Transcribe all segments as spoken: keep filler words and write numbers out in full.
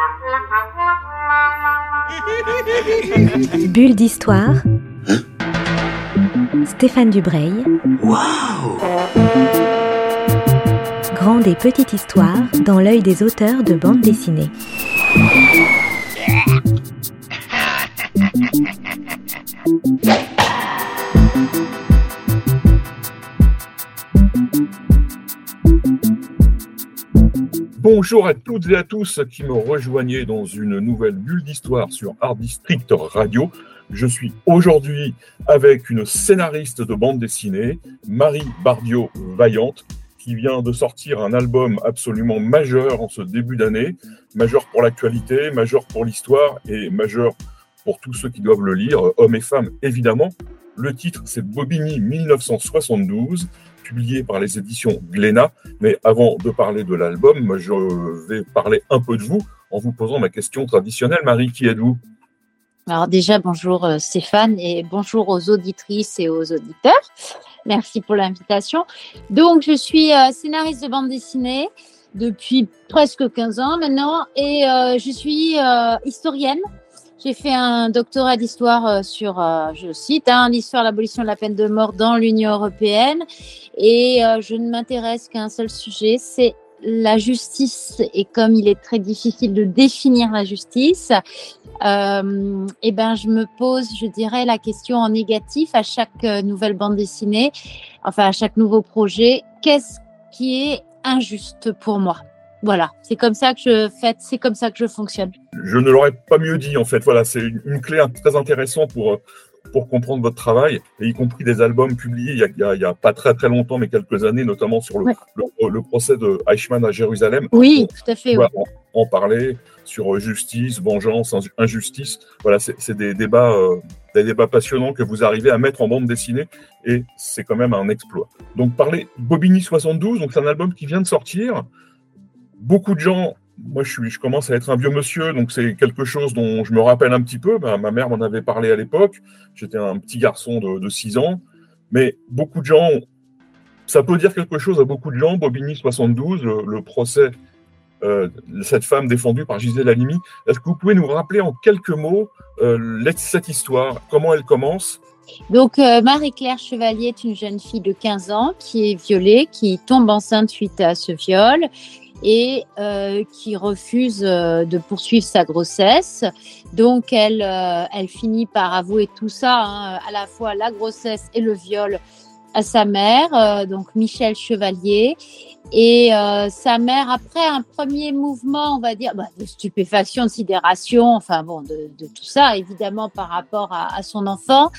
Bulle d'histoire. Stéphane Dubreuil. Waouh! Grande et petite histoire dans l'œil des auteurs de bande dessinée. Bonjour à toutes et à tous qui me rejoignez dans une nouvelle bulle d'histoire sur Art District Radio. Je suis aujourd'hui avec une scénariste de bande dessinée, Marie Bardiot-Vaillante, qui vient de sortir un album absolument majeur en ce début d'année, majeur pour l'actualité, majeur pour l'histoire et majeur pour tous ceux qui doivent le lire, hommes et femmes évidemment. Le titre, c'est Bobigny dix-neuf cent soixante-douze, publié par les éditions Glénat. Mais avant de parler de l'album, je vais parler un peu de vous en vous posant ma question traditionnelle. Marie, qui êtes-vous ? Alors déjà, bonjour Stéphane et bonjour aux auditrices et aux auditeurs. Merci pour l'invitation. Donc, je suis euh, scénariste de bande dessinée depuis presque quinze ans maintenant et euh, je suis euh, historienne. J'ai fait un doctorat d'histoire euh, sur, euh, je cite, hein, l'histoire de l'abolition de la peine de mort dans l'Union européenne et euh, je ne m'intéresse qu'à un seul sujet, c'est la justice. Et comme il est très difficile de définir la justice, euh, et ben je me pose, je dirais, la question en négatif à chaque euh, nouvelle bande dessinée, enfin à chaque nouveau projet. Qu'est-ce qui est injuste pour moi ? Voilà, c'est comme ça que je fais, c'est comme ça que je fonctionne. Je ne l'aurais pas mieux dit en fait. Voilà, c'est une, une clé très intéressante pour pour comprendre votre travail, et y compris des albums publiés il y a, il y a, il y a pas très très longtemps, mais quelques années, notamment sur le, ouais. le, le procès de Eichmann à Jérusalem. Oui, on, tout à fait. On va oui. en, en parler sur justice, vengeance, injustice. Voilà, c'est, c'est des débats, euh, des débats passionnants que vous arrivez à mettre en bande dessinée, et c'est quand même un exploit. Donc, parler Bobigny soixante-douze, donc c'est un album qui vient de sortir. Beaucoup de gens, moi je, suis, je commence à être un vieux monsieur, donc c'est quelque chose dont je me rappelle un petit peu. Ben, ma mère m'en avait parlé à l'époque, j'étais un petit garçon de, de six ans, mais beaucoup de gens, ça peut dire quelque chose à beaucoup de gens. Bobigny soixante-douze, le, le procès euh, de cette femme défendue par Gisèle Halimi. Est-ce que vous pouvez nous rappeler en quelques mots euh, cette histoire, comment elle commence ? Donc, euh, Marie-Claire Chevalier est une jeune fille de quinze ans qui est violée, qui tombe enceinte suite à ce viol et euh, qui refuse euh, de poursuivre sa grossesse. Donc, elle, euh, elle finit par avouer tout ça, hein, à la fois la grossesse et le viol à sa mère, euh, donc Michel Chevalier. Et euh, sa mère, après un premier mouvement, on va dire, bah, de stupéfaction, de sidération, enfin bon, de, de tout ça, évidemment, par rapport à, à son enfant.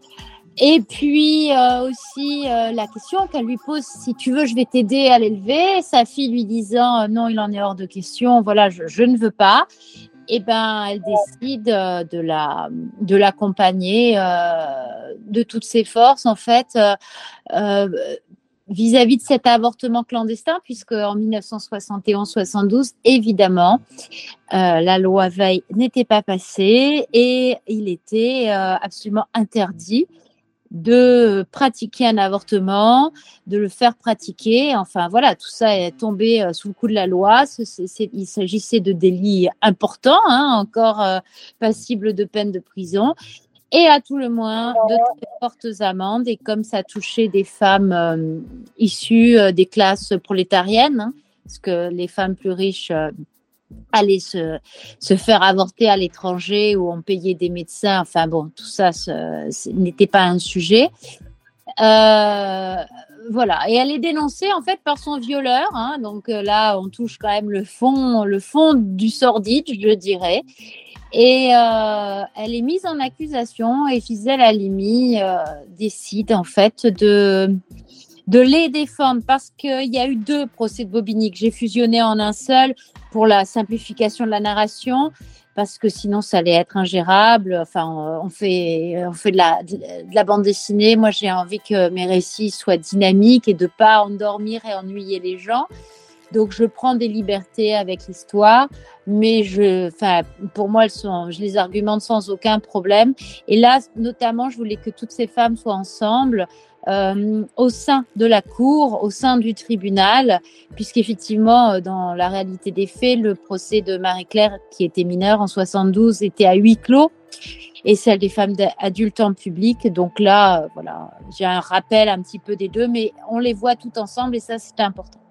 Et puis euh, aussi euh, la question qu'elle lui pose, si tu veux, je vais t'aider à l'élever. Sa fille lui disant, euh, non, il en est hors de question, voilà, je, je ne veux pas. Et ben, elle décide euh, de la, de l'accompagner euh, de toutes ses forces, en fait, euh, euh, vis-à-vis de cet avortement clandestin, puisque en dix-neuf cent soixante et onze soixante-douze, évidemment, euh, la loi Veil n'était pas passée et il était euh, absolument interdit de pratiquer un avortement, de le faire pratiquer. Enfin, voilà, tout ça est tombé euh, sous le coup de la loi. C'est, c'est, il s'agissait de délits importants, hein, encore euh, passibles de peine de prison, et à tout le moins de très fortes amendes. Et comme ça touchait des femmes euh, issues euh, des classes prolétariennes, hein, parce que les femmes plus riches euh, aller se, se faire avorter à l'étranger où on payait des médecins, enfin bon, tout ça ce, ce n'était pas un sujet. Euh, voilà, et elle est dénoncée en fait par son violeur, hein, donc euh, là on touche quand même le fond, le fond du sordide, je dirais. Et euh, elle est mise en accusation et Gisèle Halimi euh, décide en fait de... de les défendre parce qu'il y a eu deux procès de Bobigny que j'ai fusionnés en un seul pour la simplification de la narration, parce que sinon ça allait être ingérable. Enfin, on fait, on fait de la, de la bande dessinée. Moi, j'ai envie que mes récits soient dynamiques et de pas endormir et ennuyer les gens. Donc, je prends des libertés avec l'histoire, mais je, enfin, pour moi, elles sont, je les argumente sans aucun problème. Et là, notamment, je voulais que toutes ces femmes soient ensemble euh, au sein de la cour, au sein du tribunal, puisqu'effectivement, dans la réalité des faits, le procès de Marie-Claire, qui était mineure en soixante-douze, était à huis clos, et celle des femmes adultes en public. Donc là, euh, voilà, j'ai un rappel un petit peu des deux, mais on les voit toutes ensemble, et ça, c'est important.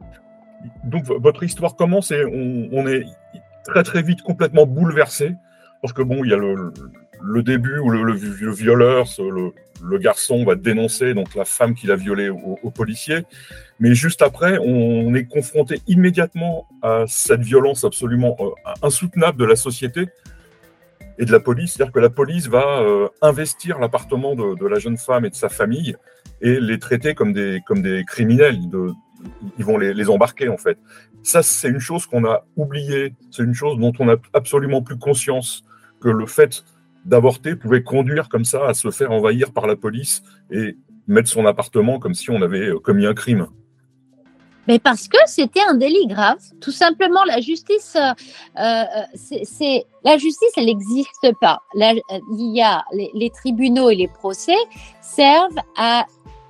Donc, votre histoire commence et on, on est très, très vite complètement bouleversé, parce que bon, il y a le, le début où le, le, le violeur, le, le garçon va dénoncer donc la femme qu'il a violée au, au policier, mais juste après, on est confronté immédiatement à cette violence absolument euh, insoutenable de la société et de la police, c'est-à-dire que la police va euh, investir l'appartement de, de la jeune femme et de sa famille et les traiter comme des, comme des criminels, de, ils vont les, les embarquer en fait. Ça, c'est une chose qu'on a oubliée, c'est une chose dont on n'a absolument plus conscience, que le fait d'avorter pouvait conduire comme ça à se faire envahir par la police et mettre son appartement comme si on avait commis un crime. Mais parce que c'était un délit grave, tout simplement. La justice, euh, c'est, c'est la justice, elle n'existe pas. Là, il y a les, les tribunaux et les procès servent à,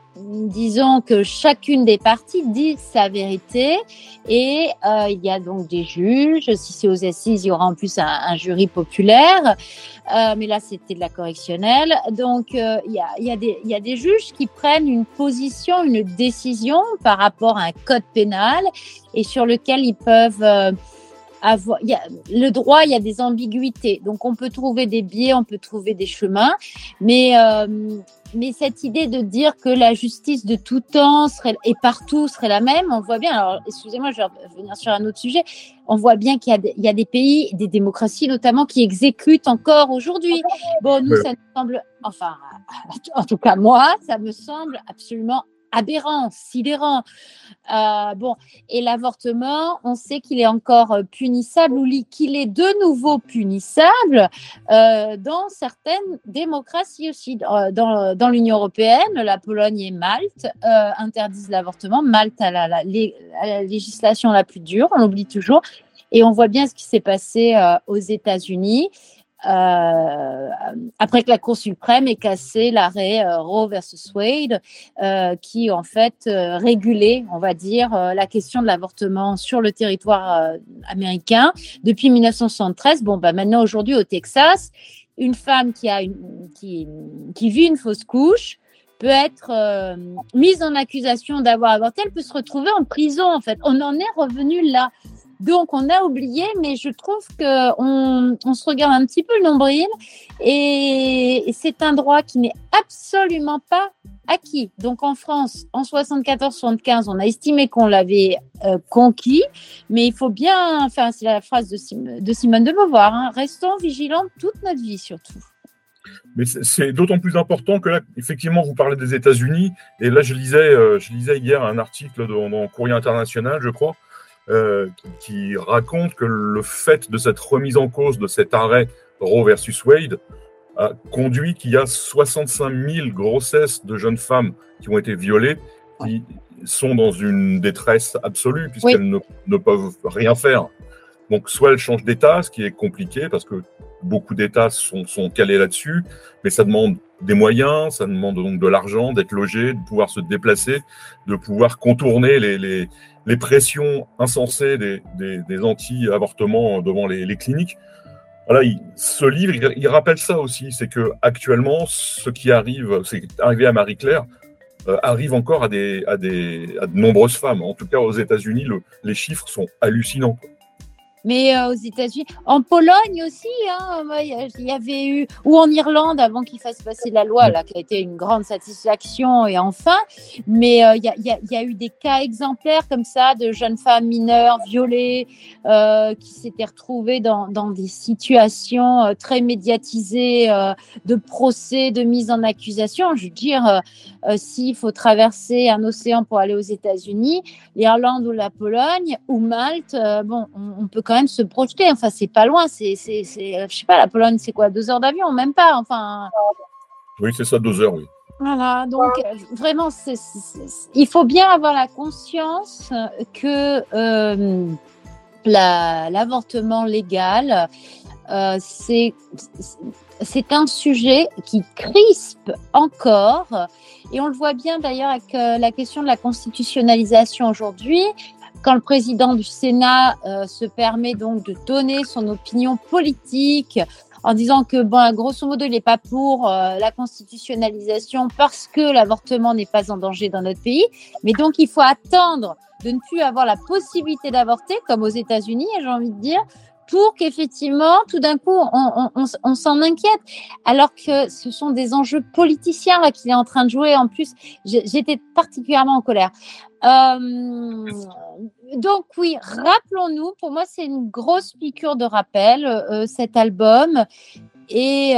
disons que chacune des parties dit sa vérité, et euh, il y a donc des juges. Si c'est aux assises, il y aura en plus un, un jury populaire, euh, mais là c'était de la correctionnelle. Donc euh, il y a, il y a des, il y a des juges qui prennent une position, une décision par rapport à un code pénal et sur lequel ils peuvent euh, avoir, il y a, le droit, il y a des ambiguïtés. Donc, on peut trouver des biais, on peut trouver des chemins. Mais, euh, mais cette idée de dire que la justice de tout temps serait, et partout serait la même, on voit bien. Alors, excusez-moi, je vais revenir sur un autre sujet. On voit bien qu'il y a, des, il y a des pays, des démocraties notamment, qui exécutent encore aujourd'hui. Bon, nous, ça nous semble, enfin, en tout cas, moi, ça me semble absolument aberrant, sidérant. Euh, bon, et l'avortement, on sait qu'il est encore punissable ou qu'il est de nouveau punissable euh, dans certaines démocraties aussi. Dans, dans, dans l'Union européenne, la Pologne et Malte euh, interdisent l'avortement. Malte a la, la, la législation la plus dure, on l'oublie toujours. Et on voit bien ce qui s'est passé euh, aux États-Unis. Euh, après que la Cour suprême ait cassé l'arrêt euh, Roe versus Wade, euh, qui en fait euh, régulait, on va dire, euh, la question de l'avortement sur le territoire euh, américain depuis mille neuf cent soixante-treize. Bon, bah maintenant aujourd'hui au Texas, une femme qui a une, qui, qui vit une fausse couche peut être euh, mise en accusation d'avoir avorté. Elle peut se retrouver en prison. En fait, on en est revenu là. Donc, on a oublié, mais je trouve qu'on on se regarde un petit peu le nombril et c'est un droit qui n'est absolument pas acquis. Donc, en France, en soixante-quatorze soixante-quinze, on a estimé qu'on l'avait euh, conquis, mais il faut bien, enfin, c'est la phrase de, Sim- de Simone de Beauvoir, hein, restons vigilants toute notre vie surtout. Mais c'est, c'est d'autant plus important que là, effectivement, vous parlez des États-Unis, et là, je lisais, euh, je lisais hier un article dans, dans Courrier International, je crois, Euh, qui, qui raconte que le fait de cette remise en cause de cet arrêt Roe versus Wade a conduit qu'il y a soixante-cinq mille grossesses de jeunes femmes qui ont été violées, qui sont dans une détresse absolue puisqu'elles oui. ne, ne peuvent rien faire. Donc soit elles changent d'État, ce qui est compliqué parce que beaucoup d'États sont, sont calés là-dessus, mais ça demande des moyens, ça demande donc de l'argent, d'être logé, de pouvoir se déplacer, de pouvoir contourner les, les, les pressions insensées des, des, des anti-avortements devant les, les cliniques. Voilà, il, ce livre, il, il rappelle ça aussi, c'est que actuellement, ce qui arrive, c'est arrivé à Marie-Claire, euh, arrive encore à, des, à, des, à de nombreuses femmes. En tout cas, aux États-Unis, le, les chiffres sont hallucinants, quoi. Mais euh, aux États-Unis, en Pologne aussi, hein, il y avait eu, ou en Irlande avant qu'ils fassent passer la loi, là, qui a été une grande satisfaction, et enfin, mais euh, il y, a, y, a, y a eu des cas exemplaires comme ça de jeunes femmes mineures violées euh, qui s'étaient retrouvées dans, dans des situations euh, très médiatisées euh, de procès, de mise en accusation. Je veux dire, euh, euh, s'il faut traverser un océan pour aller aux États-Unis, l'Irlande ou la Pologne ou Malte, euh, bon, on, on peut quand même se projeter. Enfin, c'est pas loin. C'est, c'est, c'est, je sais pas, la Pologne, c'est quoi, deux heures d'avion, même pas. Enfin. Oui, c'est ça, deux heures, oui. Voilà, donc euh, vraiment, c'est, c'est, c'est- il faut bien avoir la conscience que euh, la- l'avortement légal, euh, c'est, c'est un sujet qui crispe encore. Et on le voit bien d'ailleurs avec euh, la question de la constitutionnalisation aujourd'hui. Quand le président du Sénat euh, se permet donc de donner son opinion politique en disant que, bon, grosso modo, il n'est pas pour euh, la constitutionnalisation parce que l'avortement n'est pas en danger dans notre pays. Mais donc, il faut attendre de ne plus avoir la possibilité d'avorter, comme aux États-Unis, j'ai envie de dire, pour qu'effectivement, tout d'un coup, on, on, on, on s'en inquiète. Alors que ce sont des enjeux politiciens là, qu'il est en train de jouer. En plus, j'étais particulièrement en colère. Euh, donc oui, rappelons-nous, pour moi c'est une grosse piqûre de rappel, euh, cet album, et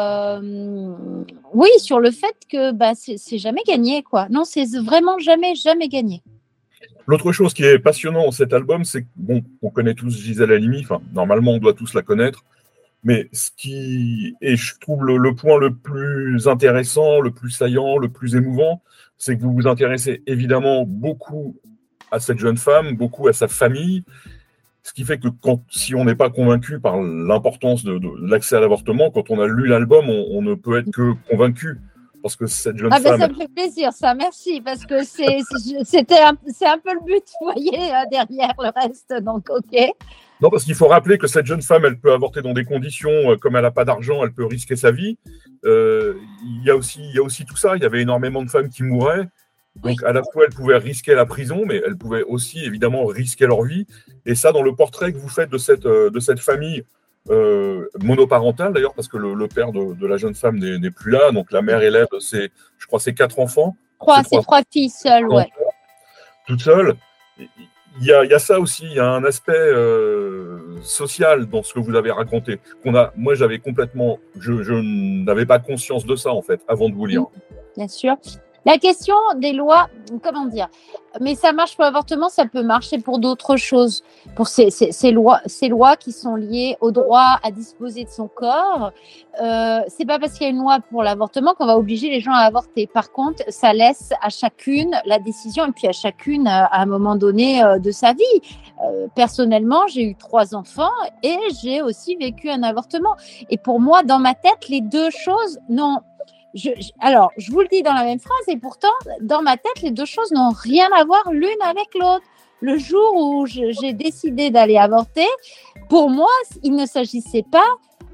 euh, oui, sur le fait que bah, c'est, c'est jamais gagné, quoi. Non, c'est vraiment jamais, jamais gagné. L'autre chose qui est passionnant dans cet album, c'est que, bon, on connaît tous Gisèle Halimi, enfin, normalement on doit tous la connaître, mais ce qui est, je trouve, le, le point le plus intéressant, le plus saillant, le plus émouvant, c'est que vous vous intéressez évidemment beaucoup à cette jeune femme, beaucoup à sa famille, ce qui fait que quand, si on n'est pas convaincu par l'importance de, de l'accès à l'avortement, quand on a lu l'album, on, on ne peut être que convaincu. Parce que cette jeune ah ben femme... Ça me fait plaisir, ça, merci, parce que c'est, c'était un, c'est un peu le but, vous voyez, derrière le reste, donc ok. Non, parce qu'il faut rappeler que cette jeune femme, elle peut avorter dans des conditions, comme elle n'a pas d'argent, elle peut risquer sa vie. Euh, il y a aussi, il y a aussi tout ça, il y avait énormément de femmes qui mouraient. Donc, oui. À la fois, elles pouvaient risquer la prison, mais elles pouvaient aussi, évidemment, risquer leur vie. Et ça, dans le portrait que vous faites de cette, de cette famille euh, monoparentale, d'ailleurs, parce que le, le père de, de la jeune femme n'est, n'est plus là. Donc, la mère élève, ses, je crois, ses quatre enfants. Trois, c'est trois filles seules, ouais. Toutes seules. Il y, a, il y a ça aussi, il y a un aspect euh, social dans ce que vous avez raconté. Qu'on a, moi, j'avais complètement, je, je n'avais pas conscience de ça, en fait, avant de vous lire. Bien sûr. La question des lois, comment dire, mais ça marche pour l'avortement, ça peut marcher pour d'autres choses, pour ces, ces, ces, lois, ces lois qui sont liées au droit à disposer de son corps. Euh, c'est pas parce qu'il y a une loi pour l'avortement qu'on va obliger les gens à avorter. Par contre, ça laisse à chacune la décision et puis à chacune à un moment donné de sa vie. Euh, personnellement, j'ai eu trois enfants et j'ai aussi vécu un avortement. Et pour moi, dans ma tête, les deux choses n'ont Je, je, alors, je vous le dis dans la même phrase, et pourtant, dans ma tête, les deux choses n'ont rien à voir l'une avec l'autre. Le jour où je, j'ai décidé d'aller avorter, pour moi, il ne s'agissait pas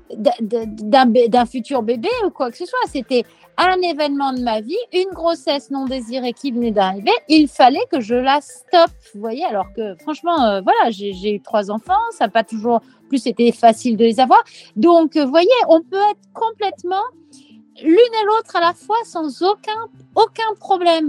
d'un, d'un futur bébé ou quoi que ce soit. C'était un événement de ma vie, une grossesse non désirée qui venait d'arriver. Il fallait que je la stoppe, vous voyez. Alors que, franchement, euh, voilà, j'ai, j'ai eu trois enfants, ça n'a pas toujours plus été facile de les avoir. Donc, vous voyez, on peut être complètement l'une et l'autre à la fois sans aucun, aucun problème.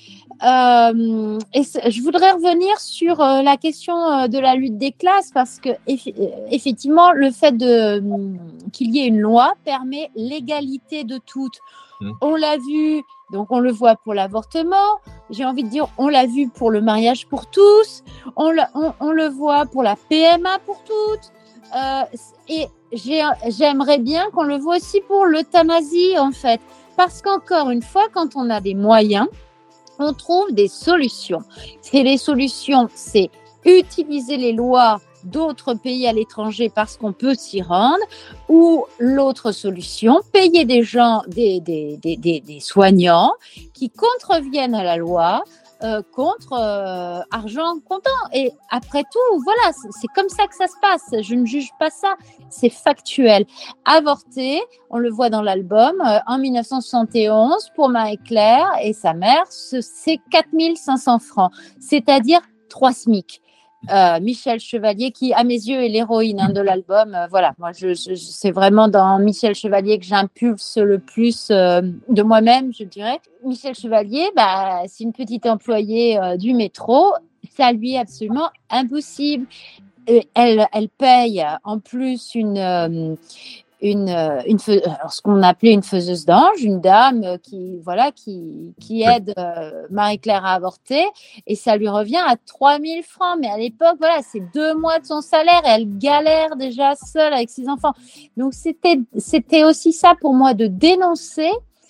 Euh, et je voudrais revenir sur euh, la question euh, de la lutte des classes parce que eff- effectivement, le fait de, euh, qu'il y ait une loi permet l'égalité de toutes. Mmh. On l'a vu, donc on le voit pour l'avortement. J'ai envie de dire, on l'a vu pour le mariage pour tous. On le, on, on le voit pour la P M A pour toutes. Euh, et j'ai, j'aimerais bien qu'on le voit aussi pour l'euthanasie, en fait. Parce qu'encore une fois, quand on a des moyens, on trouve des solutions. Et les solutions, c'est utiliser les lois d'autres pays à l'étranger parce qu'on peut s'y rendre, ou l'autre solution, payer des gens, des, des, des, des, des soignants qui contreviennent à la loi, Euh, contre euh, argent comptant. Et après tout, voilà, c'est, c'est comme ça que ça se passe. Je ne juge pas ça, c'est factuel. Avorter, on le voit dans l'album, euh, en dix-neuf cent soixante et onze, pour Marie-Claire et sa mère, ce, c'est quatre mille cinq cents francs, c'est-à-dire trois SMIC. Euh, Michel Chevalier, qui à mes yeux est l'héroïne hein, de l'album. Euh, voilà, moi je, je, c'est vraiment dans Michel Chevalier que j'impulse le plus euh, de moi-même, je dirais. Michel Chevalier, bah, c'est une petite employée euh, du métro. Ça lui est absolument impossible. Et elle, elle paye en plus une euh, une, une alors ce qu'on appelait une faiseuse d'ange, une dame qui voilà qui qui aide euh, Marie-Claire à avorter et ça lui revient à trois mille francs. Mais à l'époque, voilà, c'est deux mois de son salaire et elle galère déjà seule avec ses enfants. Donc c'était c'était aussi ça pour moi de dénoncer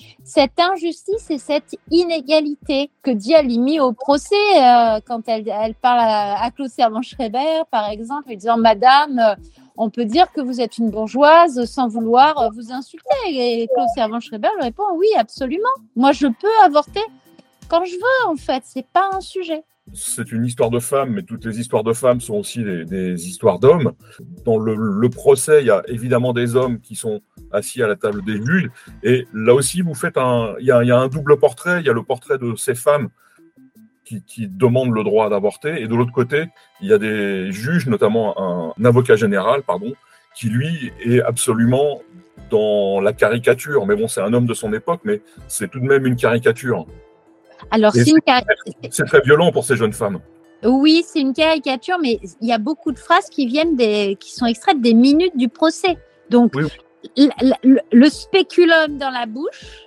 cette injustice et cette inégalité que dit Halimi au procès euh, quand elle, elle parle à, à Claude Servan-Schreiber, par exemple, en disant « Madame, euh, on peut dire que vous êtes une bourgeoise sans vouloir euh, vous insulter ». Et Claude Servan-Schreiber lui répond « Oui, absolument. Moi, je peux avorter quand je veux, en fait. C'est pas un sujet. » C'est une histoire de femmes, mais toutes les histoires de femmes sont aussi des, des histoires d'hommes. Dans le, le procès, il y a évidemment des hommes qui sont assis à la table des juges. Et là aussi, vous faites un, il y a, il y a un double portrait. Il y a le portrait de ces femmes qui, qui demandent le droit d'avorter. Et de l'autre côté, il y a des juges, notamment un, un avocat général, pardon, qui lui est absolument dans la caricature. Mais bon, c'est un homme de son époque, mais c'est tout de même une caricature. Alors, c'est, c'est, une car... c'est très violent pour ces jeunes femmes. Oui, c'est une caricature, mais il y a beaucoup de phrases qui viennent des, qui sont extraites des minutes du procès. Donc, oui, oui. Le, le, le spéculum dans la bouche,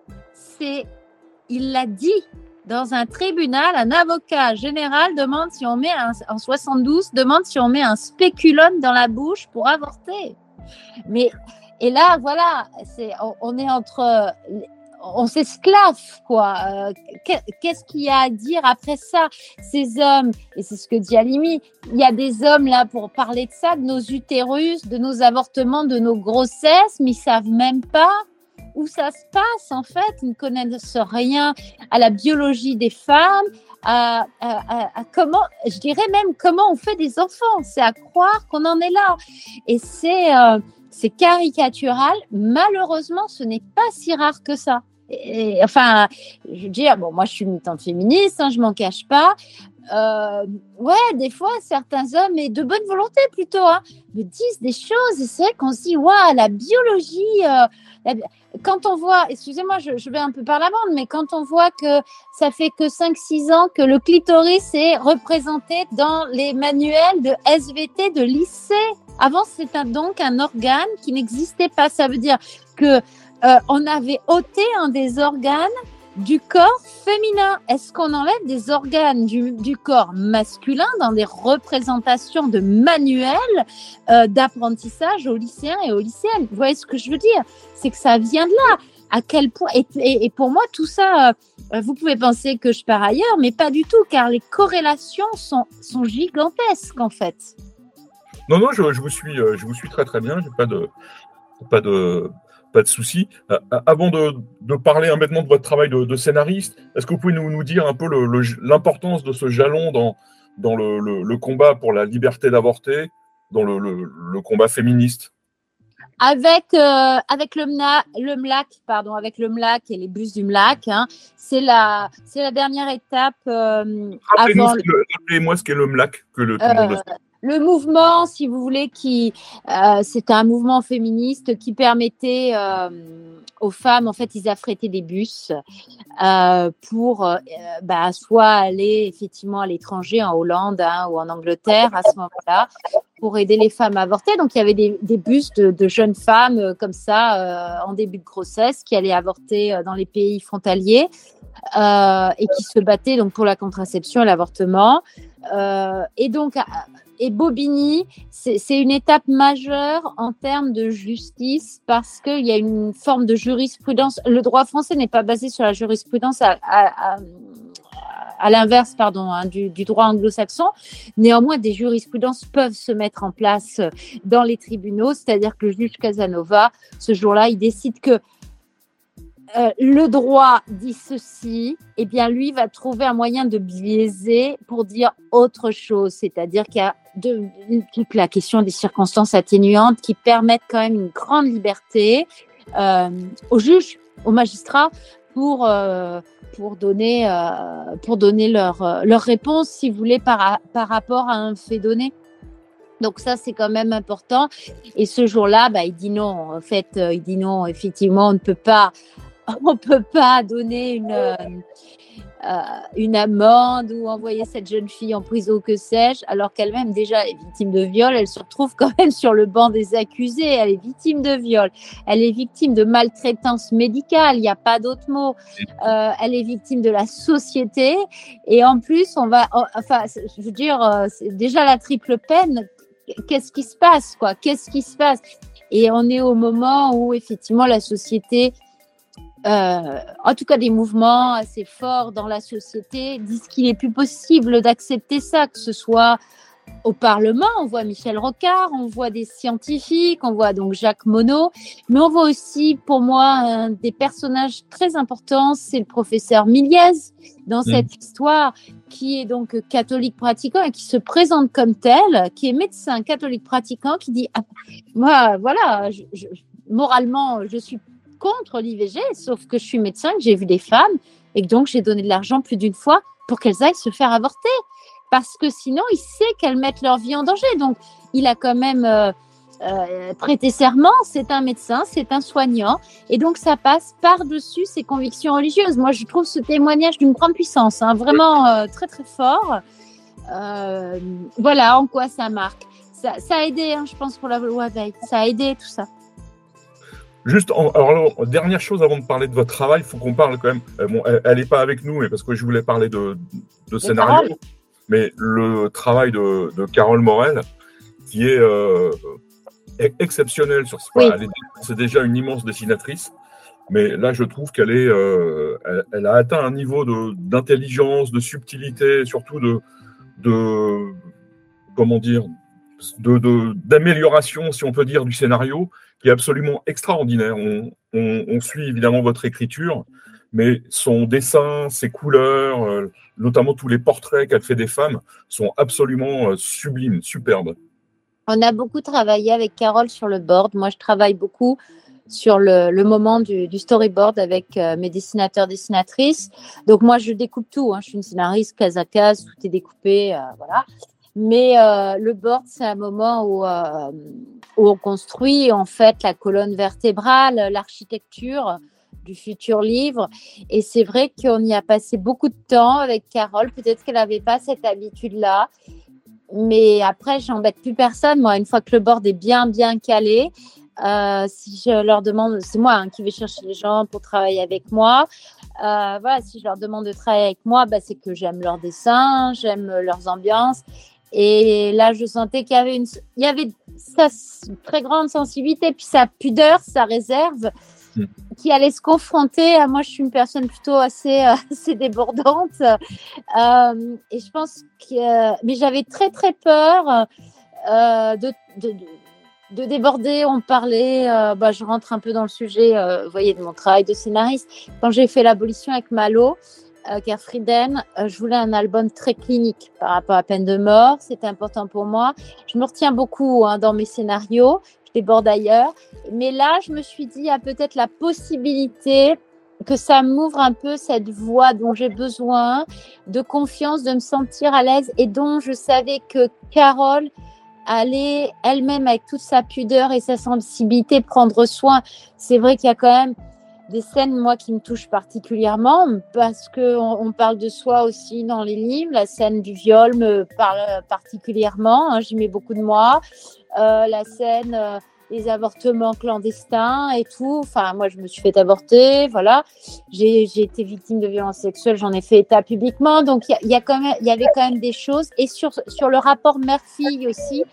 c'est, il l'a dit dans un tribunal, un avocat général demande si on met un, en soixante-douze demande si on met un spéculum dans la bouche pour avorter. Mais et là, voilà, c'est, on, on est entre on s'esclave, quoi. Euh, qu'est-ce qu'il y a à dire après ça? Ces hommes, et c'est ce que dit Halimi, il y a des hommes là pour parler de ça, de nos utérus, de nos avortements, de nos grossesses, mais ils savent même pas où ça se passe, en fait. Ils ne connaissent rien à la biologie des femmes, à, à, à, à comment, je dirais même comment on fait des enfants. C'est à croire qu'on en est là. Et c'est, euh, c'est caricatural. Malheureusement, ce n'est pas si rare que ça. Et, enfin, je veux dire, bon, moi, je suis militante féministe, hein, je m'en cache pas. Euh, ouais, des fois, certains hommes, et de bonne volonté plutôt, hein, me disent des choses. Et c'est vrai qu'on se dit, waouh, la biologie. Euh, la, quand on voit, excusez-moi, je, je vais un peu par la bande, mais quand on voit que ça fait que cinq six ans que le clitoris est représenté dans les manuels de S V T de lycée. Avant, c'était donc un organe qui n'existait pas. Ça veut dire que Euh, on avait ôté un des organes du corps féminin. Est-ce qu'on enlève des organes du, du corps masculin dans des représentations de manuels euh, d'apprentissage aux lycéens et aux lycéennes? Vous voyez ce que je veux dire? C'est que ça vient de là. À quel point et, et, et pour moi, tout ça, euh, vous pouvez penser que je pars ailleurs, mais pas du tout, car les corrélations sont, sont gigantesques, en fait. Non, non, je, je, vous suis, je vous suis très, très bien. J'ai pas de... Pas de... Pas de souci. Euh, avant de, de parler maintenant de votre travail de, de scénariste, est-ce que vous pouvez nous, nous dire un peu le, le, l'importance de ce jalon dans, dans le, le, le combat pour la liberté d'avorter, dans le, le, le combat féministe? Avec, euh, avec le, M L A C, pardon, avec le M L A C et les bus du M L A C, hein, c'est, la, c'est la dernière étape euh, avant… Le, rappelez-moi ce qu'est le M L A C, que le, tout le monde le sait. Le mouvement, si vous voulez, qui euh, c'était un mouvement féministe qui permettait euh, aux femmes, en fait, ils affrétaient des bus euh, pour euh, bah, soit aller effectivement à l'étranger, en Hollande hein, ou en Angleterre à ce moment-là, pour aider les femmes à avorter. Donc, il y avait des, des bus de, de jeunes femmes euh, comme ça euh, en début de grossesse qui allaient avorter euh, dans les pays frontaliers euh, et qui se battaient donc pour la contraception et l'avortement. Euh, et donc, et Bobigny, c'est, c'est une étape majeure en termes de justice parce qu'il y a une forme de jurisprudence. Le droit français n'est pas basé sur la jurisprudence à, à, à, à l'inverse pardon, hein, du, du droit anglo-saxon. Néanmoins, des jurisprudences peuvent se mettre en place dans les tribunaux, c'est-à-dire que le juge Casanova, ce jour-là, il décide que Euh, le droit dit ceci, eh bien lui va trouver un moyen de biaiser pour dire autre chose, c'est-à-dire qu'il y a de, toute la question des circonstances atténuantes qui permettent quand même une grande liberté euh, aux juges, aux magistrats pour euh, pour donner euh, pour donner leur leur réponse, si vous voulez, par par rapport à un fait donné. Donc ça, c'est quand même important. Et ce jour-là, bah, il dit non. En fait, euh, il dit non. Effectivement, on ne peut pas On ne peut pas donner une, euh, une amende ou envoyer cette jeune fille en prison, que sais-je, alors qu'elle-même déjà est victime de viol. Elle se retrouve quand même sur le banc des accusés. Elle est victime de viol. Elle est victime de maltraitance médicale. Il n'y a pas d'autre mot. Euh, elle est victime de la société. Et en plus, on va, enfin, je veux dire, c'est déjà la triple peine. Qu'est-ce qui se passe, quoi? Qu'est-ce qui se passe? Et on est au moment où, effectivement, la société euh, en tout cas des mouvements assez forts dans la société, disent qu'il est plus possible d'accepter ça, que ce soit au Parlement, on voit Michel Rocard, on voit des scientifiques, on voit donc Jacques Monod, mais on voit aussi, pour moi, un des personnages très importants, c'est le professeur Miliez dans cette mmh. histoire, qui est donc catholique pratiquant et qui se présente comme tel, qui est médecin catholique pratiquant, qui dit ah, moi, voilà, je, je, moralement, je suis contre l'I V G, sauf que je suis médecin, que j'ai vu des femmes et que donc j'ai donné de l'argent plus d'une fois pour qu'elles aillent se faire avorter. Parce que sinon, il sait qu'elles mettent leur vie en danger. Donc, il a quand même euh, euh, prêté serment. C'est un médecin, c'est un soignant. Et donc, ça passe par-dessus ses convictions religieuses. Moi, je trouve ce témoignage d'une grande puissance, hein, vraiment euh, très, très fort. Euh, voilà en quoi ça marque. Ça, ça a aidé, hein, je pense, pour la loi Veil. Ça a aidé tout ça. Juste, en, alors, dernière chose avant de parler de votre travail, il faut qu'on parle quand même. Euh, bon, elle n'est pas avec nous, mais parce que je voulais parler de, de scénario. Parole. Mais le travail de, de Carole Morel, qui est euh, exceptionnel sur ce oui. Elle est, c'est déjà une immense dessinatrice, mais là, je trouve qu'elle est, euh, elle, elle a atteint un niveau de, d'intelligence, de subtilité, surtout de, de comment dire, de, de, d'amélioration, si on peut dire, du scénario, qui est absolument extraordinaire. On, on, on suit évidemment votre écriture, mais son dessin, ses couleurs, euh, notamment tous les portraits qu'elle fait des femmes, sont absolument euh, sublimes, superbes. On a beaucoup travaillé avec Carole sur le board. Moi, je travaille beaucoup sur le, le moment du, du storyboard avec euh, mes dessinateurs, dessinatrices. Donc, moi, je découpe tout. Hein. Je suis une scénariste, case à case, tout est découpé, euh, voilà. Mais euh, le board, c'est un moment où, euh, où on construit, en fait, la colonne vertébrale, l'architecture du futur livre. Et c'est vrai qu'on y a passé beaucoup de temps avec Carole. Peut-être qu'elle n'avait pas cette habitude-là. Mais après, j'embête plus personne. Moi, une fois que le board est bien, bien calé, euh, si je leur demande, c'est moi hein, qui vais chercher les gens pour travailler avec moi. Euh, voilà, si je leur demande de travailler avec moi, bah, c'est que j'aime leurs dessins, j'aime leurs ambiances. Et là, je sentais qu'il y avait, une, il y avait sa très grande sensibilité, puis sa pudeur, sa réserve, mmh. qui allait se confronter à moi. Je suis une personne plutôt assez, euh, assez débordante. Euh, et je pense que. Euh, mais j'avais très, très peur euh, de, de, de, de déborder. On parlait. Euh, bah, je rentre un peu dans le sujet, euh, vous voyez, de mon travail de scénariste. Quand j'ai fait l'abolition avec Malo, Euh, Kerfrieden, euh, je voulais un album très clinique par rapport à Peine de mort, c'était important pour moi. Je me retiens beaucoup hein, dans mes scénarios, je déborde ailleurs, mais là je me suis dit, il y a peut-être la possibilité que ça m'ouvre un peu cette voie dont j'ai besoin, de confiance, de me sentir à l'aise et dont je savais que Carole allait elle-même avec toute sa pudeur et sa sensibilité prendre soin. C'est vrai qu'il y a quand même des scènes, moi, qui me touchent particulièrement parce qu'on on parle de soi aussi dans les livres. La scène du viol me parle particulièrement. Hein, j'y mets beaucoup de moi. Euh, la scène euh, des avortements clandestins et tout. Enfin, moi, je me suis fait avorter. Voilà. J'ai, j'ai été victime de violences sexuelles. J'en ai fait état publiquement. Donc, il y, y, y avait quand même des choses. Et sur, sur le rapport mère-fille aussi,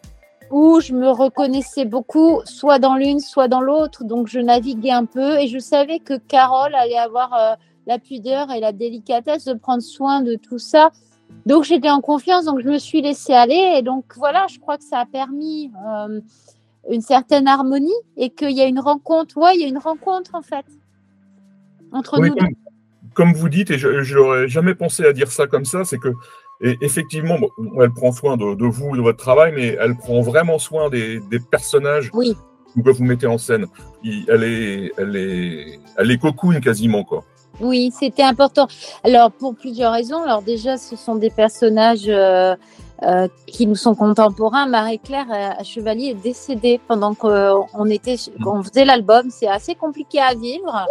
où je me reconnaissais beaucoup, soit dans l'une, soit dans l'autre. Donc, je naviguais un peu et je savais que Carole allait avoir euh, la pudeur et la délicatesse de prendre soin de tout ça. Donc, j'étais en confiance, donc je me suis laissée aller. Et donc, voilà, je crois que ça a permis euh, une certaine harmonie et qu'il y a une rencontre. Ouais, il y a une rencontre, en fait, entre oui, nous comme, deux. Comme vous dites, et je n'aurais jamais pensé à dire ça comme ça, c'est que et effectivement, bon, elle prend soin de, de vous, de votre travail, mais elle prend vraiment soin des, des personnages oui. que vous mettez en scène. Il, elle est, elle est, elle est cocoon quasiment, quoi. Oui, c'était important. Alors, pour plusieurs raisons. Alors déjà, ce sont des personnages euh, euh, qui nous sont contemporains. Marie-Claire euh, Chevalier est décédée pendant qu'on était, qu'on faisait l'album. C'est assez compliqué à vivre.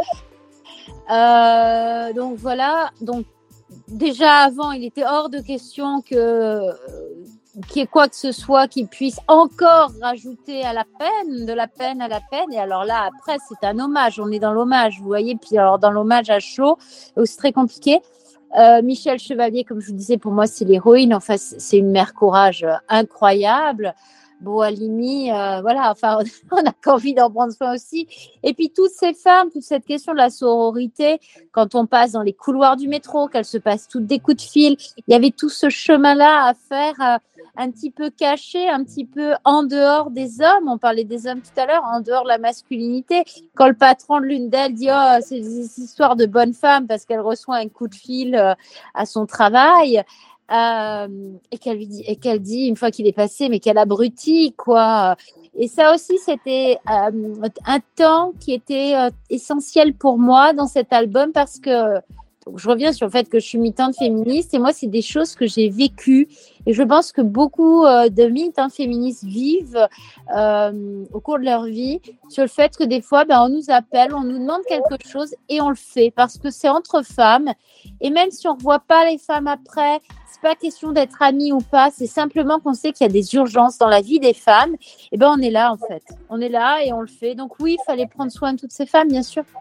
Euh, donc voilà. Donc déjà avant, il était hors de question que euh, qu'il y ait quoi que ce soit qui puisse encore rajouter à la peine, de la peine à la peine. Et alors là, après, c'est un hommage. On est dans l'hommage, vous voyez. Puis alors, dans l'hommage à chaud, c'est très compliqué. Euh, Michel Chevalier, comme je vous disais, pour moi, c'est l'héroïne. Enfin, c'est une mère courage incroyable. Boalini, euh, voilà, enfin, on a qu'envie d'en prendre soin aussi. Et puis, toutes ces femmes, toute cette question de la sororité, quand on passe dans les couloirs du métro, qu'elles se passent toutes des coups de fil, il y avait tout ce chemin-là à faire, euh, un petit peu caché, un petit peu en dehors des hommes. On parlait des hommes tout à l'heure, en dehors de la masculinité. Quand le patron de l'une d'elles dit « Oh, c'est des histoires de bonne femme parce qu'elle reçoit un coup de fil euh, à son travail », Euh, et qu'elle lui dit, et qu'elle dit une fois qu'il est passé, mais quel abruti, quoi. Et ça aussi, c'était euh, un temps qui était euh, essentiel pour moi dans cet album parce que, donc je reviens sur le fait que je suis militante féministe et moi, c'est des choses que j'ai vécues et je pense que beaucoup euh, de militantes féministes vivent euh, au cours de leur vie sur le fait que des fois, ben, on nous appelle, on nous demande quelque chose et on le fait parce que c'est entre femmes et même si on ne revoit pas les femmes après, pas question d'être amis ou pas, c'est simplement qu'on sait qu'il y a des urgences dans la vie des femmes, et ben on est là en fait. On est là et on le fait. Donc oui, il fallait prendre soin de toutes ces femmes, bien sûr.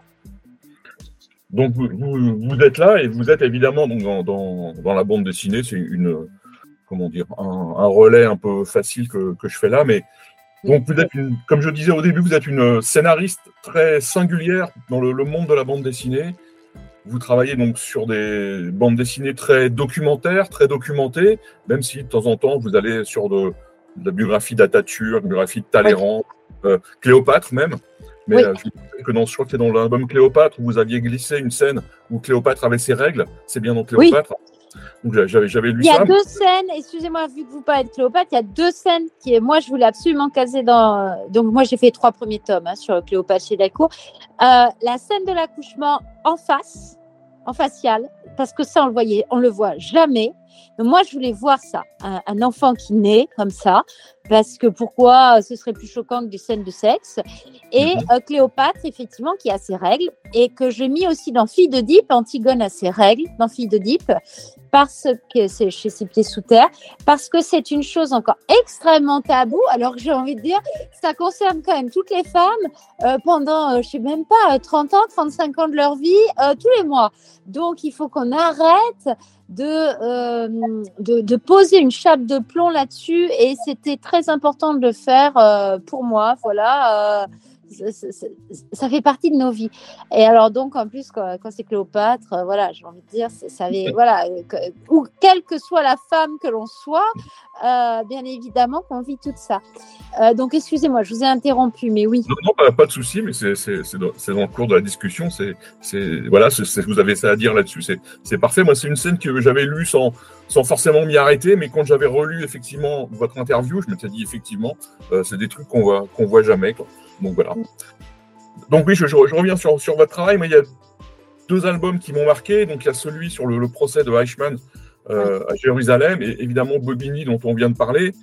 Donc vous, vous, vous êtes là et vous êtes évidemment donc, dans, dans, dans la bande dessinée, c'est une, comment dire, un, un relais un peu facile que, que je fais là, mais donc vous êtes une, comme je disais au début, vous êtes une scénariste très singulière dans le, le monde de la bande dessinée. Vous travaillez donc sur des bandes dessinées très documentaires, très documentées, même si de temps en temps vous allez sur de, de la biographie d'Atatürk, biographie de Talleyrand, oui. euh, Cléopâtre même. Mais oui. euh, je me rappelle que dans, je crois que c'est dans l'album Cléopâtre où vous aviez glissé une scène où Cléopâtre avait ses règles. C'est bien dans Cléopâtre. Oui. Donc j'avais, j'avais lu ça. Il y a ça. deux scènes, excusez-moi, vu que vous parlez de Cléopâtre, il y a deux scènes qui, moi, je voulais absolument caser dans. Donc moi, j'ai fait les trois premiers tomes hein, sur Cléopâtre chez Delcourt. Euh, la scène de l'accouchement en face, en facial, parce que ça, on le voyait, on le voit jamais. Donc moi, je voulais voir ça, un, un enfant qui naît comme ça, parce que pourquoi ce serait plus choquant que des scènes de sexe. Et euh, Cléopâtre, effectivement, qui a ses règles, et que j'ai mis aussi dans Fille d'Oedipe, Antigone a ses règles dans Fille d'Oedipe, parce que c'est chez Ses Pieds sous terre, parce que c'est une chose encore extrêmement taboue, alors que j'ai envie de dire, ça concerne quand même toutes les femmes euh, pendant, euh, je sais même pas, trente ans, trente-cinq ans de leur vie, euh, tous les mois. Donc, il faut qu'on arrête de, euh, de, de poser une chape de plomb là-dessus, et c'était très important de le faire euh, pour moi, voilà. Euh, Ça, ça, ça fait partie de nos vies. Et alors donc en plus quand, quand c'est Cléopâtre, euh, voilà, j'ai envie de dire, ça, ça avait, voilà, que, ou quelle que soit la femme que l'on soit, euh, bien évidemment qu'on vit tout ça. Euh, donc excusez-moi, je vous ai interrompu, mais oui. Non, non pas, pas de souci, mais c'est, c'est, c'est, dans, c'est dans le cours de la discussion. C'est, c'est voilà, c'est, c'est, vous avez ça à dire là-dessus. C'est, c'est parfait. Moi, c'est une scène que j'avais lue sans, sans forcément m'y arrêter, mais quand j'avais relu effectivement votre interview, je m'étais dit effectivement, euh, c'est des trucs qu'on voit, qu'on voit jamais, quoi. Donc voilà. Donc oui, je, je, je reviens sur, sur votre travail. Mais il y a deux albums qui m'ont marqué. Donc il y a celui sur le, le procès de Eichmann euh, à Jérusalem et évidemment Bobigny dont on vient de parler.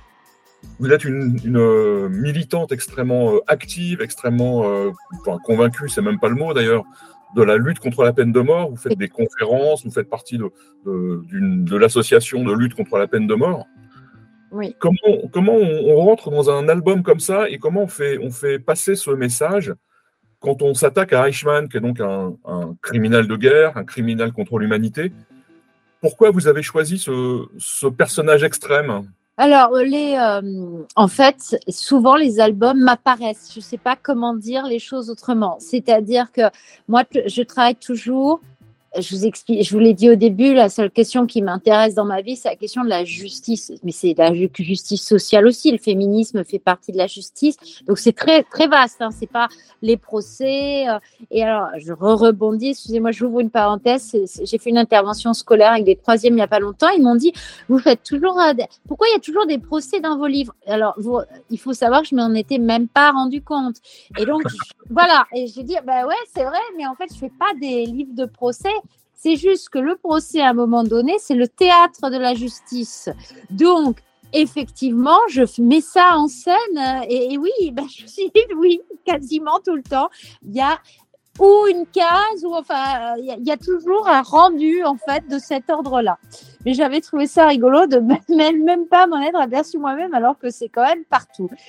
Vous êtes une, une militante extrêmement active, extrêmement euh, enfin, convaincue, c'est même pas le mot d'ailleurs, de la lutte contre la peine de mort. Vous faites des conférences, vous faites partie de, de, d'une, de l'association de lutte contre la peine de mort. Oui. Comment, comment on, on rentre dans un album comme ça et comment on fait, on fait passer ce message quand on s'attaque à Eichmann, qui est donc un, un criminel de guerre, un criminel contre l'humanité? Pourquoi vous avez choisi ce, ce personnage extrême? Alors, les, euh, en fait, souvent les albums m'apparaissent. Je ne sais pas comment dire les choses autrement. C'est-à-dire que moi, je travaille toujours. Je vous explique, je vous l'ai dit au début, la seule question qui m'intéresse dans ma vie, c'est la question de la justice. Mais c'est la justice sociale aussi. Le féminisme fait partie de la justice. Donc, c'est très, très vaste. Hein. C'est pas les procès. Euh, et alors, je rebondis. Excusez-moi, j'ouvre une parenthèse. C'est, c'est, j'ai fait une intervention scolaire avec des troisièmes il n'y a pas longtemps. Ils m'ont dit, vous faites toujours, euh, pourquoi il y a toujours des procès dans vos livres? Alors, vous, il faut savoir que je m'en étais même pas rendu compte. Et donc, je, voilà. Et j'ai dit, bah ouais, c'est vrai, mais en fait, je fais pas des livres de procès. C'est juste que le procès, à un moment donné, c'est le théâtre de la justice. Donc, effectivement, je mets ça en scène et, et oui, ben, je suis oui, quasiment tout le temps. Il y a ou une case, ou enfin, il y, a, il y a toujours un rendu, en fait, de cet ordre-là. Mais j'avais trouvé ça rigolo de même, même pas m'en être aperçu moi-même, alors que c'est quand même partout.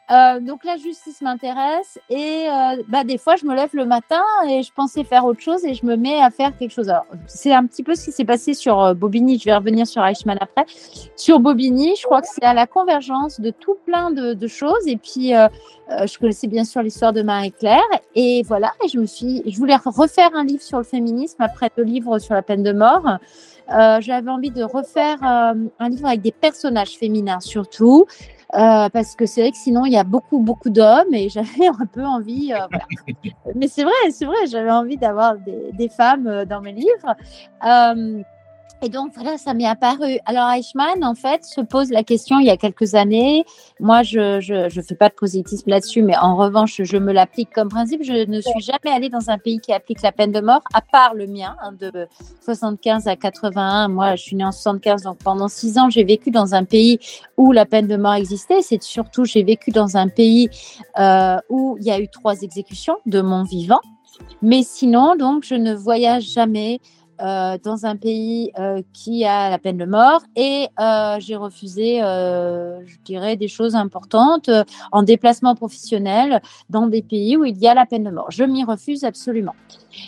Euh, donc la justice m'intéresse et euh, bah, des fois je me lève le matin et je pensais faire autre chose et je me mets à faire quelque chose. Alors, c'est un petit peu ce qui s'est passé sur euh, Bobigny, je vais revenir sur Eichmann après. Sur Bobigny, je crois que c'est à la convergence de tout plein de, de choses et puis euh, euh, je connaissais bien sûr l'histoire de Marie-Claire et voilà, et je me suis, je voulais refaire un livre sur le féminisme après le livre sur la peine de mort. Euh, j'avais envie de refaire euh, un livre avec des personnages féminins surtout. Euh, parce que c'est vrai que sinon il y a beaucoup beaucoup d'hommes et j'avais un peu envie euh, voilà. Mais c'est vrai c'est vrai j'avais envie d'avoir des, des femmes euh, dans mes livres euh, et donc voilà, ça m'est apparu. Alors Eichmann en fait se pose la question il y a quelques années. Moi je je je fais pas de prosélytisme là-dessus, mais en revanche je me l'applique comme principe. Je ne suis jamais allée dans un pays qui applique la peine de mort, à part le mien hein, de soixante-quinze à quatre-vingt-un. Moi je suis née en soixante-quinze, donc pendant six ans j'ai vécu dans un pays où la peine de mort existait. C'est surtout j'ai vécu dans un pays euh, où il y a eu trois exécutions de mon vivant. Mais sinon donc je ne voyage jamais Euh, dans un pays euh, qui a la peine de mort et euh, j'ai refusé, euh, je dirais, des choses importantes euh, en déplacement professionnel dans des pays où il y a la peine de mort. Je m'y refuse absolument.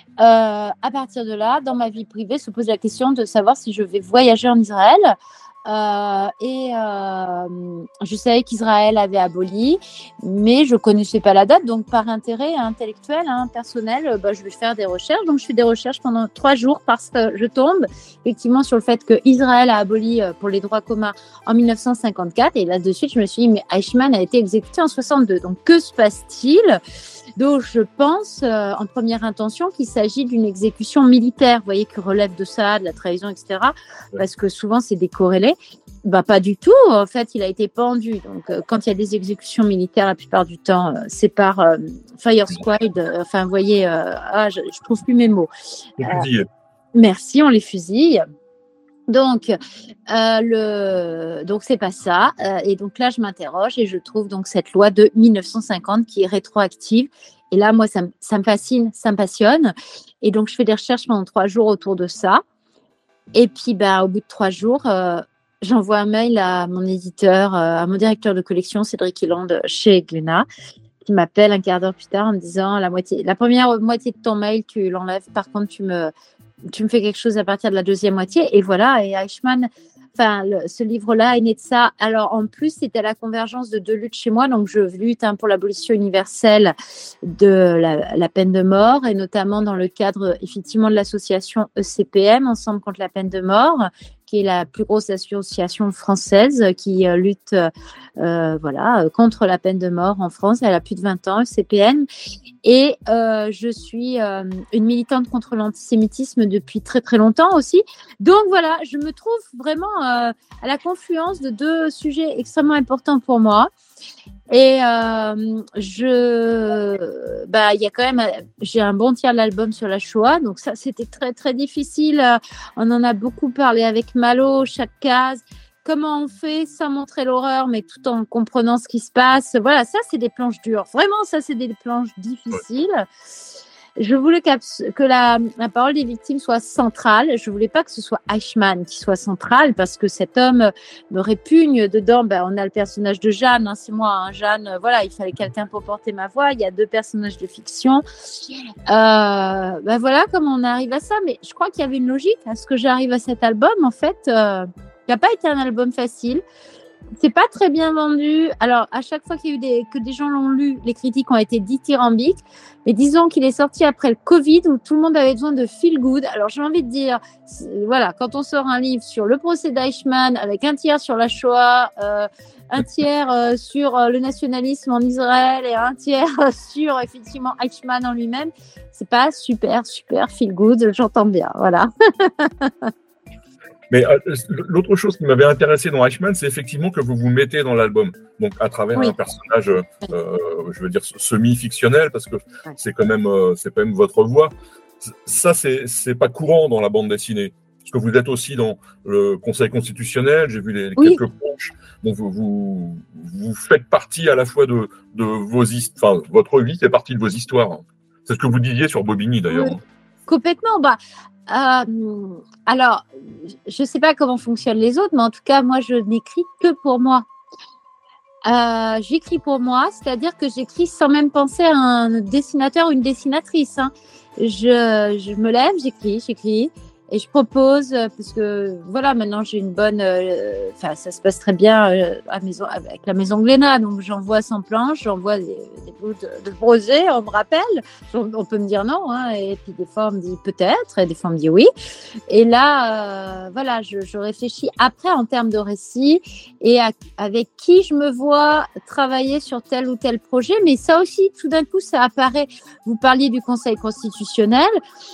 Euh, à partir de là, dans ma vie privée, se pose la question de savoir si je vais voyager en Israël. Euh, et euh, je savais qu'Israël avait aboli, mais je connaissais pas la date, donc par intérêt intellectuel, hein, personnel, bah, je vais faire des recherches. Donc je fais des recherches pendant trois jours parce que je tombe effectivement sur le fait que Israël a aboli pour les droits communs en mille neuf cent cinquante-quatre, et là de suite je me suis dit mais Eichmann a été exécuté en soixante-deux, donc que se passe-t-il? Donc je pense euh, en première intention qu'il s'agit d'une exécution militaire, vous voyez, qui relève de ça, de la trahison, et cetera. Parce que souvent c'est décorrélé. Bah pas du tout. En fait, il a été pendu. Donc euh, quand il y a des exécutions militaires, la plupart du temps, euh, c'est par euh, fire squad. Euh, enfin, vous voyez, euh, ah, je, je trouve plus mes mots. Les fusillés. Euh, merci, on les fusille. Donc, euh, le, donc c'est pas ça. Euh, et donc là, je m'interroge et je trouve donc cette loi de mille neuf cent cinquante qui est rétroactive. Et là, moi, ça, ça me fascine, ça me passionne. Et donc, je fais des recherches pendant trois jours autour de ça. Et puis, bah, au bout de trois jours, euh, j'envoie un mail à mon éditeur, euh, à mon directeur de collection, Cédric Hilland, chez Glénat, qui m'appelle un quart d'heure plus tard en me disant la moitié, la première moitié de ton mail, tu l'enlèves. Par contre, tu me tu me fais quelque chose à partir de la deuxième moitié. Et voilà, et Eichmann, enfin, le, ce livre-là est né de ça. Alors, en plus, c'était à la convergence de deux luttes chez moi. Donc, je lutte hein, pour l'abolition universelle de la, la peine de mort, et notamment dans le cadre, effectivement, de l'association E C P M, Ensemble contre la peine de mort, qui est la plus grosse association française qui euh, lutte euh, voilà, contre la peine de mort en France. Elle a plus de vingt ans, E C P M. Et euh, je suis euh, une militante contre l'antisémitisme depuis très très longtemps aussi. Donc voilà, je me trouve vraiment euh, à la confluence de deux sujets extrêmement importants pour moi. Et euh, je, bah, il y a quand même, j'ai un bon tiers de l'album sur la Shoah, donc ça c'était très très difficile. On en a beaucoup parlé avec Malo, chaque case. Comment on fait sans montrer l'horreur, mais tout en comprenant ce qui se passe. Voilà, ça, c'est des planches dures. Vraiment, ça, c'est des planches difficiles. Je voulais que la, la parole des victimes soit centrale. Je voulais pas que ce soit Eichmann qui soit central, parce que cet homme me répugne. Dedans, ben, on a le personnage de Jeanne. Hein, c'est moi, hein, Jeanne. Voilà, il fallait quelqu'un pour porter ma voix. Il y a deux personnages de fiction. Euh, ben voilà comment on arrive à ça. Mais je crois qu'il y avait une logique à ce que j'arrive à cet album. En fait, euh, il n'a pas été un album facile. C'est pas très bien vendu. Alors, à chaque fois qu'il y a eu des, que des gens l'ont lu, les critiques ont été dithyrambiques. Mais disons qu'il est sorti après le Covid, où tout le monde avait besoin de feel good. Alors, j'ai envie de dire, voilà, quand on sort un livre sur le procès d'Eichmann, avec un tiers sur la Shoah, euh, un tiers euh, sur euh, le nationalisme en Israël et un tiers euh, sur, effectivement, Eichmann en lui-même, c'est pas super, super feel good. J'entends bien, voilà. Mais euh, l'autre chose qui m'avait intéressé dans Eichmann, c'est effectivement que vous vous mettez dans l'album, donc à travers oui. un personnage, euh, je veux dire semi-fictionnel, parce que oui. c'est quand même, euh, c'est quand même votre voix. Ça, c'est c'est pas courant dans la bande dessinée, parce que vous êtes aussi dans le Conseil constitutionnel. J'ai vu les, les oui. quelques planches. Donc vous, vous vous faites partie à la fois de de vos histoires, enfin votre vie fait partie de vos histoires. C'est ce que vous disiez sur Bobigny d'ailleurs. Oui. Complètement. Bah. Euh, alors, je ne sais pas comment fonctionnent les autres, mais en tout cas, moi, je n'écris que pour moi. Euh, j'écris pour moi, c'est-à-dire que j'écris sans même penser à un dessinateur ou une dessinatrice. Hein. Je, je me lève, j'écris, j'écris. Et je propose, parce que voilà, maintenant j'ai une bonne. Enfin, euh, ça se passe très bien euh, à maison, avec la maison Glénat. Donc j'envoie sans planche, j'envoie des, des bouts de, de projet, on me rappelle. On peut me dire non. Hein, et puis des fois on me dit peut-être, et des fois on me dit oui. Et là, euh, voilà, je, je réfléchis après en termes de récit et à, avec qui je me vois travailler sur tel ou tel projet. Mais ça aussi, tout d'un coup, ça apparaît. Vous parliez du Conseil constitutionnel.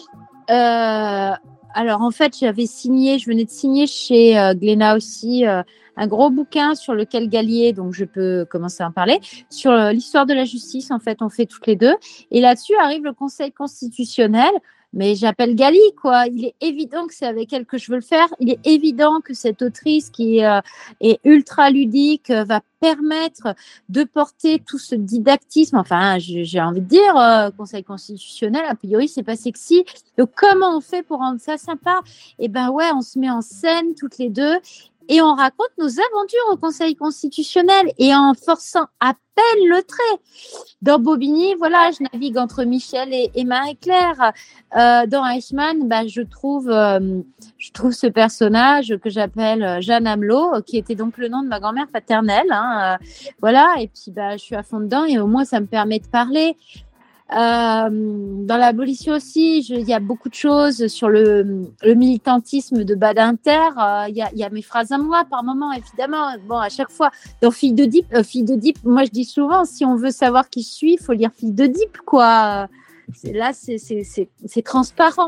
Euh, Alors, en fait, j'avais signé, je venais de signer chez euh, Glénat aussi euh, un gros bouquin sur lequel Gallier, donc je peux commencer à en parler, sur euh, l'histoire de la justice. En fait, on fait toutes les deux. Et là-dessus arrive le Conseil constitutionnel. Mais j'appelle Gali, quoi. Il est évident que c'est avec elle que je veux le faire. Il est évident que cette autrice qui euh, est ultra ludique euh, va permettre de porter tout ce didactisme. Enfin, j'ai, j'ai envie de dire, euh, Conseil constitutionnel, a priori, c'est pas sexy. Donc, comment on fait pour rendre ça sympa? Eh ben ouais, on se met en scène toutes les deux et on raconte nos aventures au Conseil constitutionnel et en forçant à peine le trait. Dans Bobigny, voilà, je navigue entre Michel et, et Marie-Claire. Euh, dans Eichmann, bah, je trouve, euh, je trouve ce personnage que j'appelle Jeanne Amelot, qui était donc le nom de ma grand-mère paternelle. Hein, euh, voilà, et puis bah, je suis à fond dedans et au moins ça me permet de parler. Euh, dans l'abolition aussi, il y a beaucoup de choses sur le, le militantisme de Badinter. Il euh, y, y a mes phrases à moi par moment, évidemment. Bon, à chaque fois, dans Fille de Dieppe, euh, Fille de Dieppe, moi je dis souvent, si on veut savoir qui je suis, il faut lire Fille de Dieppe, quoi. C'est, là, c'est, c'est, c'est, c'est transparent.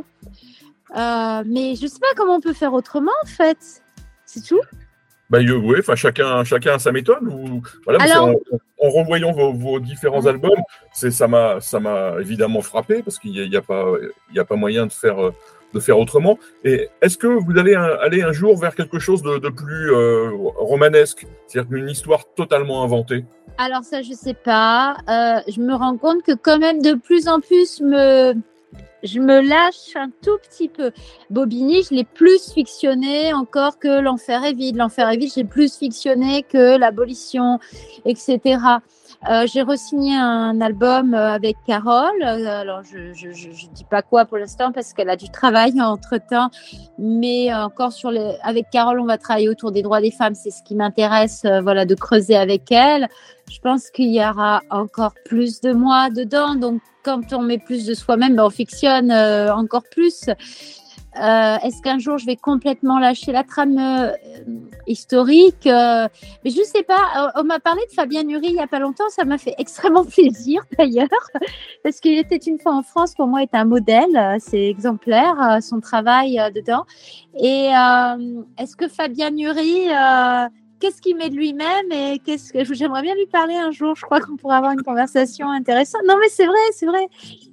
Euh, mais je sais pas comment on peut faire autrement, en fait. C'est tout. Bah, oui, enfin, chacun, chacun a sa méthode. Ou, voilà, Alors, en, en revoyant vos, vos différents mmh. albums, c'est, ça, m'a, ça m'a évidemment frappé parce qu'il n'y a, y a, pas, y a pas moyen de faire, de faire autrement. Et est-ce que vous allez un, aller un jour vers quelque chose de, de plus euh, romanesque, c'est-à-dire une histoire totalement inventée? Alors ça, je sais pas. Euh, je me rends compte que quand même de plus en plus me... je me lâche un tout petit peu. Bobigny, je l'ai plus fictionné encore que L'Enfer est vide. L'Enfer est vide, j'ai plus fictionné que L'Abolition, et cetera. Euh, j'ai re-signé un album avec Carole. Alors, je ne dis pas quoi pour l'instant parce qu'elle a du travail entre-temps. Mais encore sur les... avec Carole, on va travailler autour des droits des femmes. C'est ce qui m'intéresse, euh, voilà, de creuser avec elle. Je pense qu'il y aura encore plus de moi dedans. Donc, quand on met plus de soi-même, ben on fictionne euh, encore plus. Euh, est-ce qu'un jour, je vais complètement lâcher la trame euh, historique euh, Mais je ne sais pas. On m'a parlé de Fabien Nury il n'y a pas longtemps. Ça m'a fait extrêmement plaisir, d'ailleurs. Parce qu'il était une fois en France, pour moi, est un modèle. C'est exemplaire, euh, son travail euh, dedans. Et euh, est-ce que Fabien Nury... Euh, qu'est-ce qu'il met de lui-même et qu'est-ce que j'aimerais bien lui parler un jour. Je crois qu'on pourrait avoir une conversation intéressante. Non, mais c'est vrai, c'est vrai.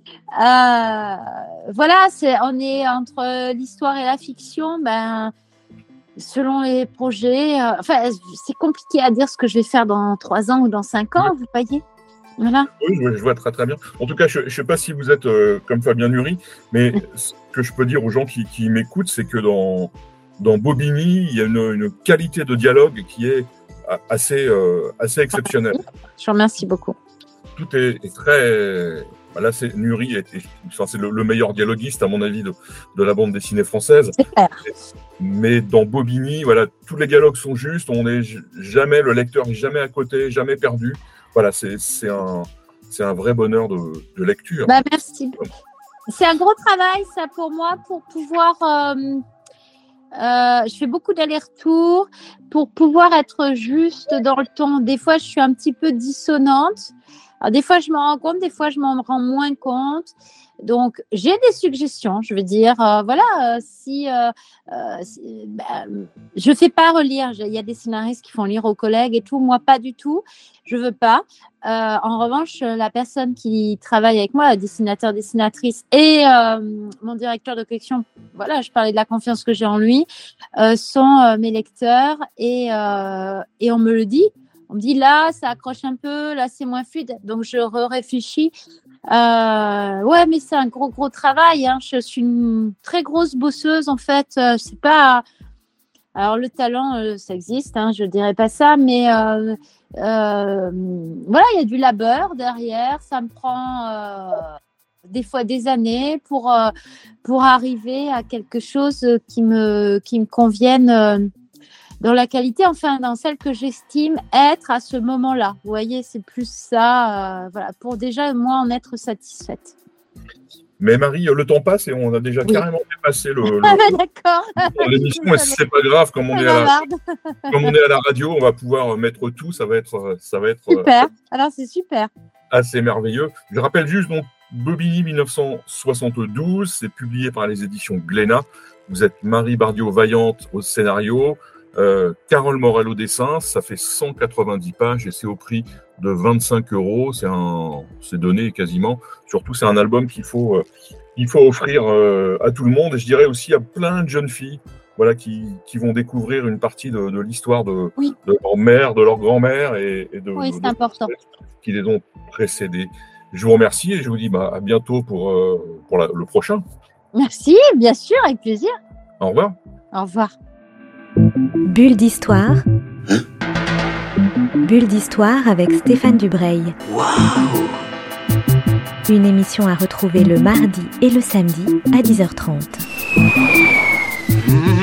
Euh, voilà, c'est, on est entre l'histoire et la fiction. Ben, selon les projets, euh, enfin, c'est compliqué à dire ce que je vais faire dans trois ans ou dans cinq ans. Vous voyez. Voilà. Oui, je vois, je vois très très bien. En tout cas, je ne sais pas si vous êtes euh, comme Fabien Nury, mais ce que je peux dire aux gens qui, qui m'écoutent, c'est que dans Dans Bobigny, il y a une, une qualité de dialogue qui est assez, euh, assez exceptionnelle. Je vous remercie beaucoup. Tout est, est très... Là, c'est Nury, est, est, enfin, c'est le, le meilleur dialoguiste, à mon avis, de, de la bande dessinée française. C'est clair. Mais dans Bobigny, voilà, tous les dialogues sont justes. On est jamais, le lecteur n'est jamais à côté, jamais perdu. Voilà, c'est, c'est, un, c'est un vrai bonheur de, de lecture. Bah, merci. C'est un gros travail, ça, pour moi, pour pouvoir... Euh... Euh, je fais beaucoup d'allers-retours pour pouvoir être juste dans le ton. Des fois, je suis un petit peu dissonante. Alors, des fois, je m'en rends compte, des fois, je m'en rends moins compte. Donc, j'ai des suggestions. Je veux dire, euh, voilà, euh, si, euh, euh, si ben, je fais pas relire. Il y a des scénaristes qui font lire aux collègues et tout. Moi, pas du tout. Je veux pas. Euh, en revanche, la personne qui travaille avec moi, la dessinateur, dessinatrice et euh, mon directeur de collection, voilà, je parlais de la confiance que j'ai en lui, euh, sont euh, mes lecteurs et, euh, et on me le dit. On me dit là, ça accroche un peu, là, c'est moins fluide. Donc, je réfléchis. Euh, ouais, mais c'est un gros, gros travail. Hein. Je suis une très grosse bosseuse, en fait. Euh, c'est pas... Alors le talent, euh, ça existe, hein, je dirais pas ça, mais euh, euh, voilà, il y a du labeur derrière. Ça me prend euh, des fois des années pour euh, pour arriver à quelque chose qui me qui me convienne euh, dans la qualité, enfin dans celle que j'estime être à ce moment-là. Vous voyez, c'est plus ça, euh, voilà, pour déjà moi en être satisfaite. Mais Marie, le temps passe et on a déjà oui. carrément dépassé le, le, ah, d'accord. l'émission. Et c'est pas grave, comme on, est à la, comme on est à la radio, on va pouvoir mettre tout. Ça va être, ça va être super. Alors c'est super. Assez merveilleux. Je rappelle juste donc Bobigny dix-neuf cent soixante-douze, c'est publié par les éditions Glénat. Vous êtes Marie Bardiot-Vaillante au scénario, euh, Carole Morel au dessin. Ça fait cent quatre-vingt-dix pages et c'est au prix de vingt-cinq euros. C'est un, c'est donné quasiment. Surtout, c'est un album qu'il faut, euh, il faut offrir euh, à tout le monde. Et je dirais aussi à plein de jeunes filles, voilà, qui, qui vont découvrir une partie de, de l'histoire de, oui. de leur mère, de leur grand-mère et, et de, oui, de, c'est de important. qui les ont précédés. Je vous remercie et je vous dis bah, à bientôt pour, euh, pour la, le prochain. Merci, bien sûr, avec plaisir. Au revoir. Au revoir. Bulle d'histoire. Bulle d'histoire avec Stéphane Dubreuil. Waouh! Une émission à retrouver le mardi et le samedi à dix heures trente. Mmh.